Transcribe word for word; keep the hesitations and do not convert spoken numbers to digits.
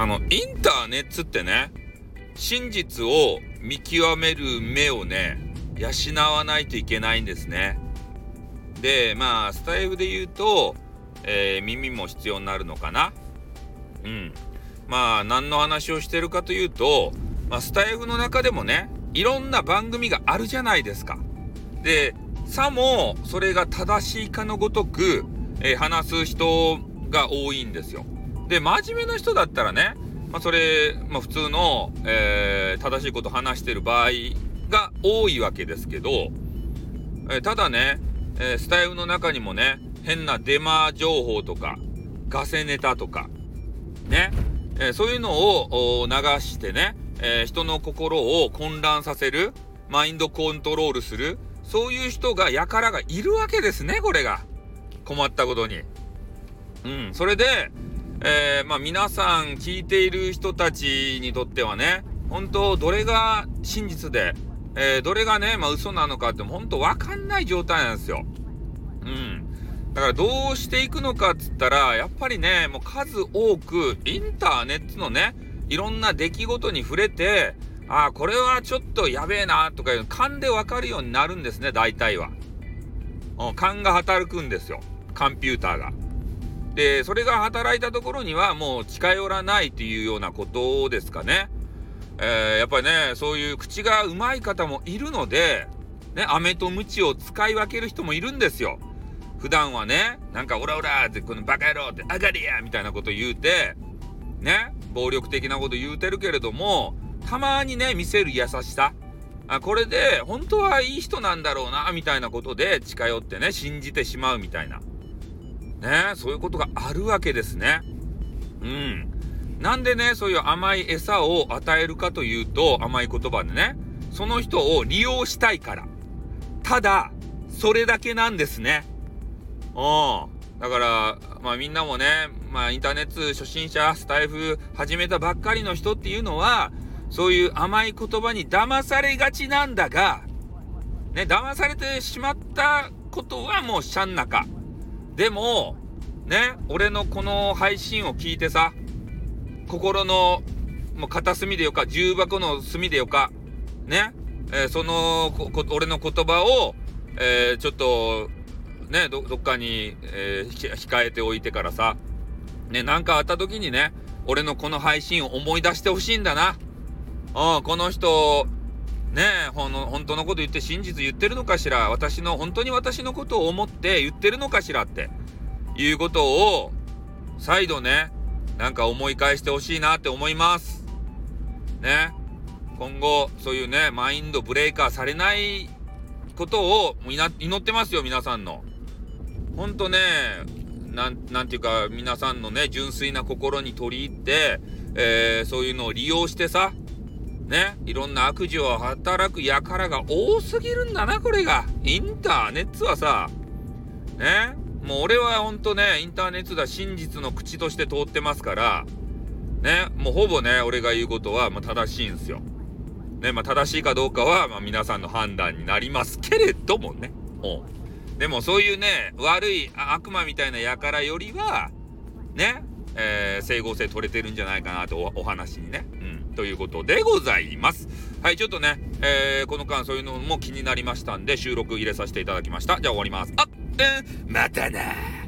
あのインターネットってね、真実を見極める目をね養わないといけないんですね。でまあスタイフで言うと、えー、耳も必要になるのかな。うんまあ何の話をしてるかというと、まあ、スタイフの中でもねいろんな番組があるじゃないですか。でさもそれが正しいかのごとく、えー、話す人が多いんですよ。で真面目な人だったらね、まあ、それ、まあ、普通の、えー、正しいことを話してる場合が多いわけですけど、えー、ただね、えー、スタイフの中にもね変なデマ情報とかガセネタとかね、えー、そういうのを流してね、えー、人の心を混乱させる、マインドコントロールする、そういう人がやからがいるわけですね。これが困ったことに。うんそれで、えー、まあ皆さん聞いている人たちにとってはね、本当どれが真実で、えー、どれがねまあ嘘なのかって本当わかんない状態なんですよ。うんだからどうしていくのかっつったら、やっぱりねもう数多くインターネットのねいろんな出来事に触れて、ああこれはちょっとやべえなとかいう勘でわかるようになるんですね。大体は勘が働くんですよ、コンピューターが。でそれが働いたところにはもう近寄らないというようなことですかね。えー、やっぱりねそういう口がうまい方もいるのでね、飴と鞭を使い分ける人もいるんですよ。普段はねなんかオラオラってこのバカ野郎って上がりやみたいなこと言うてね、暴力的なこと言うてるけれども、たまにね見せる優しさ、あこれで本当はいい人なんだろうなみたいなことで近寄ってね信じてしまうみたいなね、そういうことがあるわけですね。うんなんでねそういう甘い餌を与えるかというと、甘い言葉でねその人を利用したいから、ただそれだけなんですね。うんだからまあみんなもね、まあインターネット初心者、スタイフ始めたばっかりの人っていうのはそういう甘い言葉に騙されがちなんだがね、騙されてしまったことはもうしゃんなか。でもね俺のこの配信を聞いてさ、心のもう片隅でよか重箱の隅でよかね、えー、そのこ俺の言葉を、えー、ちょっとね ど, どっかに、えー、控えておいてからさね、なんかあった時にね俺のこの配信を思い出してほしいんだな。うんこの人ねえほの本当のこと言って真実言ってるのかしら、私の本当に私のことを思って言ってるのかしらっていうことを再度ねなんか思い返してほしいなって思いますね。今後そういうねマインドブレーカーされないことを祈ってますよ。皆さんのほんとねなん、なんていうか皆さんのね純粋な心に取り入って、えー、そういうのを利用してさね、いろんな悪事を働く輩が多すぎるんだな。これがインターネットはさね、もう俺はほんとねインターネットだ真実の口として通ってますからね、もうほぼね俺が言うことはまあ正しいんですよね。まあ正しいかどうかはまあ皆さんの判断になりますけれどもね。うんでもそういうね悪い悪魔みたいな輩よりはね、えー、整合性取れてるんじゃないかなと お, お話にね、うん、ということでございます。はいちょっとね、えー、この間そういうのも気になりましたんで収録入れさせていただきました。じゃあ終わります。あっ、えー、またな。